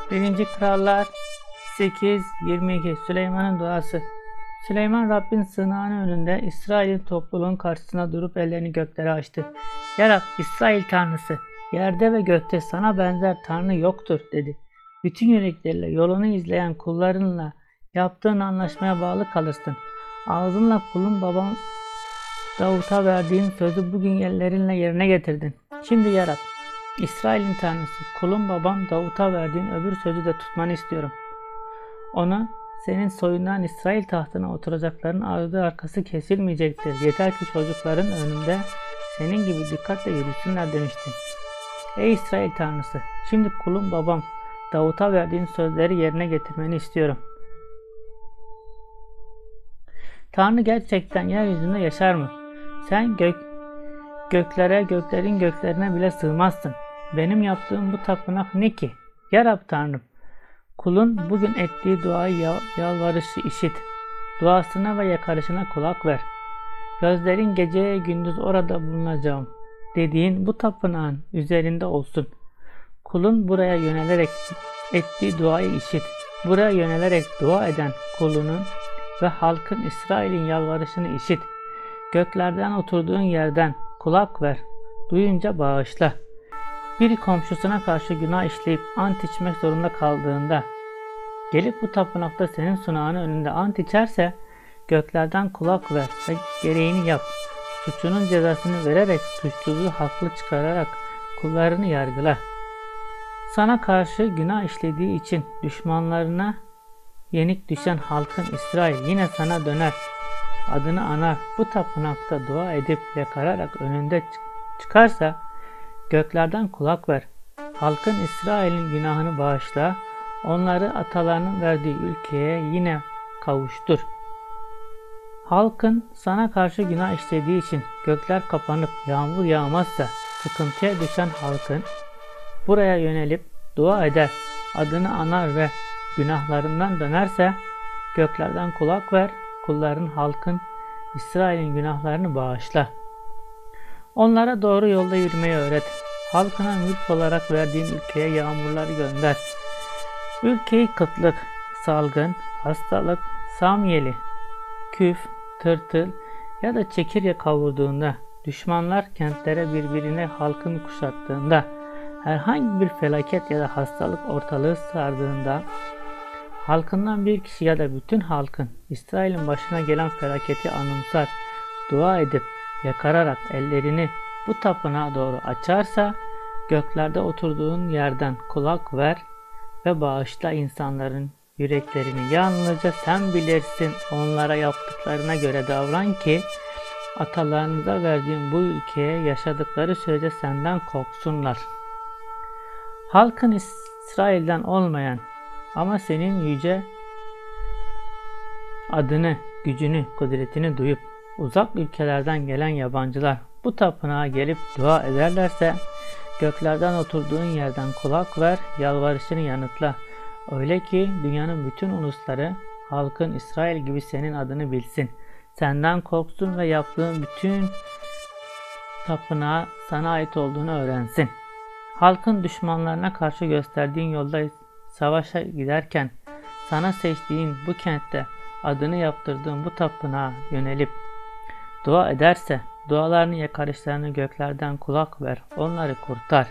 1. Krallar 8:22 Süleyman'ın duası. Süleyman Rabbin sığınağının önünde İsrail'in topluluğun karşısına durup ellerini göklere açtı. Ya Rab, İsrail Tanrısı, yerde ve gökte sana benzer Tanrı yoktur dedi. Bütün yürekleriyle yolunu izleyen kullarınla yaptığın anlaşmaya bağlı kalırsın. Ağzınla kulun babam Davut'a verdiğin sözü bugün ellerinle yerine getirdin. Şimdi ya Rab, İsrail'in Tanrısı, kulun babam Davut'a verdiğin öbür sözü de tutmanı istiyorum. Onu, senin soyundan İsrail tahtına oturacakların ardı arkası kesilmeyecektir. Yeter ki çocukların önünde senin gibi dikkatle yürüsünler demiştin. Ey İsrail Tanrısı, şimdi kulun babam Davut'a verdiğin sözleri yerine getirmeni istiyorum. Tanrı gerçekten yeryüzünde yaşar mı? Sen göklere, göklerin göklerine bile sığmazsın. Benim yaptığım bu tapınak ne ki? Ya Rab Tanrım, kulun bugün ettiği duayı, yalvarışı işit. Duasına ve yakarışına kulak ver. Gözlerin geceye gündüz orada bulunacağım dediğin bu tapınağın üzerinde olsun. Kulun buraya yönelerek ettiği duayı işit. Buraya yönelerek dua eden kulunun ve halkın İsrail'in yalvarışını işit. Göklerden oturduğun yerden kulak ver. Duyunca bağışla. Bir komşusuna karşı günah işleyip ant içmek zorunda kaldığında, gelip bu tapınakta senin sunağının önünde ant içerse, göklerden kulak ver ve gereğini yap. Suçunun cezasını vererek, suçsuzluğu haklı çıkararak kullarını yargıla. Sana karşı günah işlediği için düşmanlarına yenik düşen halkın İsrail yine sana döner. Adını anar, bu tapınakta dua edip yakararak önünde çıkarsa, göklerden kulak ver. Halkın İsrail'in günahını bağışla. Onları atalarının verdiği ülkeye yine kavuştur. Halkın sana karşı günah işlediği için gökler kapanıp yağmur yağmazsa, sıkıntıya düşen halkın buraya yönelip dua eder, adını anar ve günahlarından dönerse, göklerden kulak ver, kulların halkın İsrail'in günahlarını bağışla. Onlara doğru yolda yürümeyi öğret. Halkına mülk olarak verdiğin ülkeye yağmurları gönder. Ülkeyi kıtlık, salgın, hastalık, samyeli, küf, tırtıl ya da çekirge kavurduğunda, düşmanlar kentlere birbirine halkını kuşattığında, herhangi bir felaket ya da hastalık ortalığı sardığında, halkından bir kişi ya da bütün halkın İsrail'in başına gelen felaketi anımsar, dua edip yakararak ellerini bu tapınağa doğru açarsa, göklerde oturduğun yerden kulak ver ve bağışla insanların yüreklerini. Yalnızca sen bilirsin, onlara yaptıklarına göre davran ki atalarınıza verdiğin bu ülkeye yaşadıkları sürece senden korksunlar. Halkın İsrail'den olmayan ama senin yüce adını, gücünü, kudretini duyup uzak ülkelerden gelen yabancılar bu tapınağa gelip dua ederlerse, göklerden oturduğun yerden kulak ver, yalvarışını yanıtla. Öyle ki dünyanın bütün ulusları, halkın İsrail gibi senin adını bilsin. Senden korksun ve yaptığın bütün tapınağa sana ait olduğunu öğrensin. Halkın düşmanlarına karşı gösterdiğin yolda savaşa giderken, sana seçtiğin bu kentte adını yaptırdığın bu tapınağa yönelip dua ederse, dualarını yakarışlarını göklerden kulak ver, onları kurtar.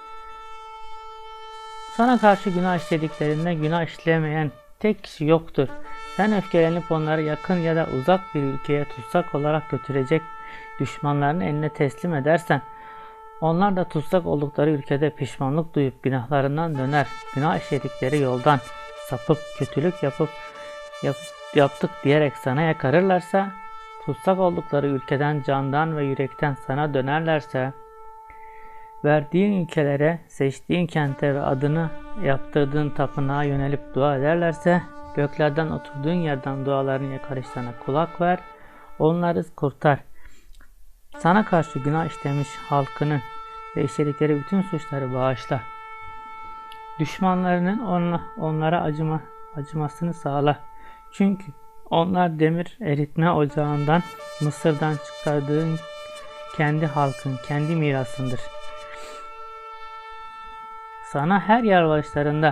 Sana karşı günah işlediklerinde günah işlemeyen tek kişi yoktur. Sen öfkelenip onları yakın ya da uzak bir ülkeye tutsak olarak götürecek düşmanlarını eline teslim edersen, onlar da tutsak oldukları ülkede pişmanlık duyup günahlarından döner, günah işledikleri yoldan sapıp kötülük yaptık diyerek sana yakarırlarsa, tutsak oldukları ülkeden candan ve yürekten sana dönerlerse, verdiğin ülkelere, seçtiğin kente ve adını yaptırdığın tapınağa yönelip dua ederlerse, göklerden oturduğun yerden dualarını yakarışlarına kulak ver, onları kurtar. Sana karşı günah işlemiş halkını ve işledikleri bütün suçları bağışla. Düşmanlarının onlara acımasını sağla. Çünkü onlar demir eritme ocağından, Mısır'dan çıkardığın kendi halkın, kendi mirasındır. Sana her yalvarışlarında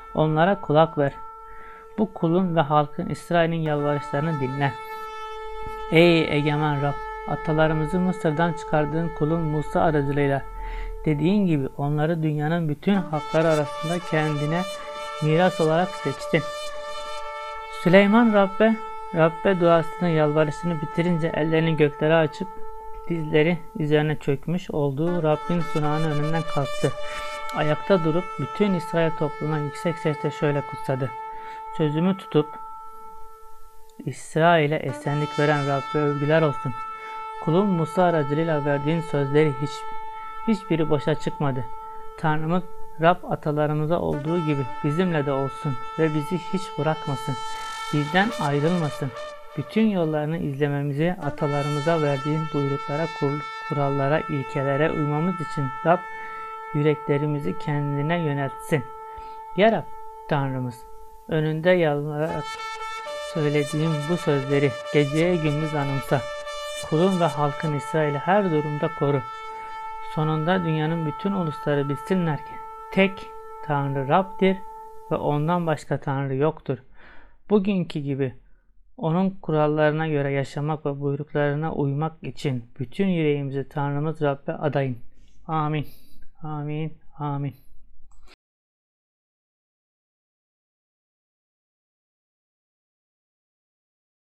Onlara kulak ver. Bu kulun ve halkın İsrail'in yalvarışlarını dinle. Ey egemen Rab! Atalarımızı Mısır'dan çıkardığın kulun Musa aracılığıyla dediğin gibi onları dünyanın bütün halkları arasında kendine miras olarak seçtin. Süleyman Rabbe duasını yalvarışını bitirince ellerini göklere açıp dizleri üzerine çökmüş olduğu Rabbin sunağının önünden kalktı. Ayakta durup bütün İsrail topluluğuna yüksek sesle şöyle kutsadı. Sözümü tutup İsrail'e esenlik veren Rabbe övgüler olsun. Kulun Musa aracılığıyla verdiğin sözleri hiçbiri boşa çıkmadı. Tanrımız Rab atalarımıza olduğu gibi bizimle de olsun ve bizi hiç bırakmasın. Bizden ayrılmasın. Bütün yollarını izlememizi, atalarımıza verdiğin buyruklara, kurallara, ilkelere uymamız için Rab yüreklerimizi kendine yöneltsin. Ya Rab Tanrımız, önünde yalvararak söylediğim bu sözleri geceye gündüz anımsa. Kulun ve halkın İsrail'i her durumda koru. Sonunda dünyanın bütün ulusları bilsinler ki tek Tanrı Rab'dir ve ondan başka Tanrı yoktur. Bugünkü gibi onun kurallarına göre yaşamak ve buyruklarına uymak için bütün yüreğimizi Tanrımız Rab'be adayın. Amin. Amin. Amin.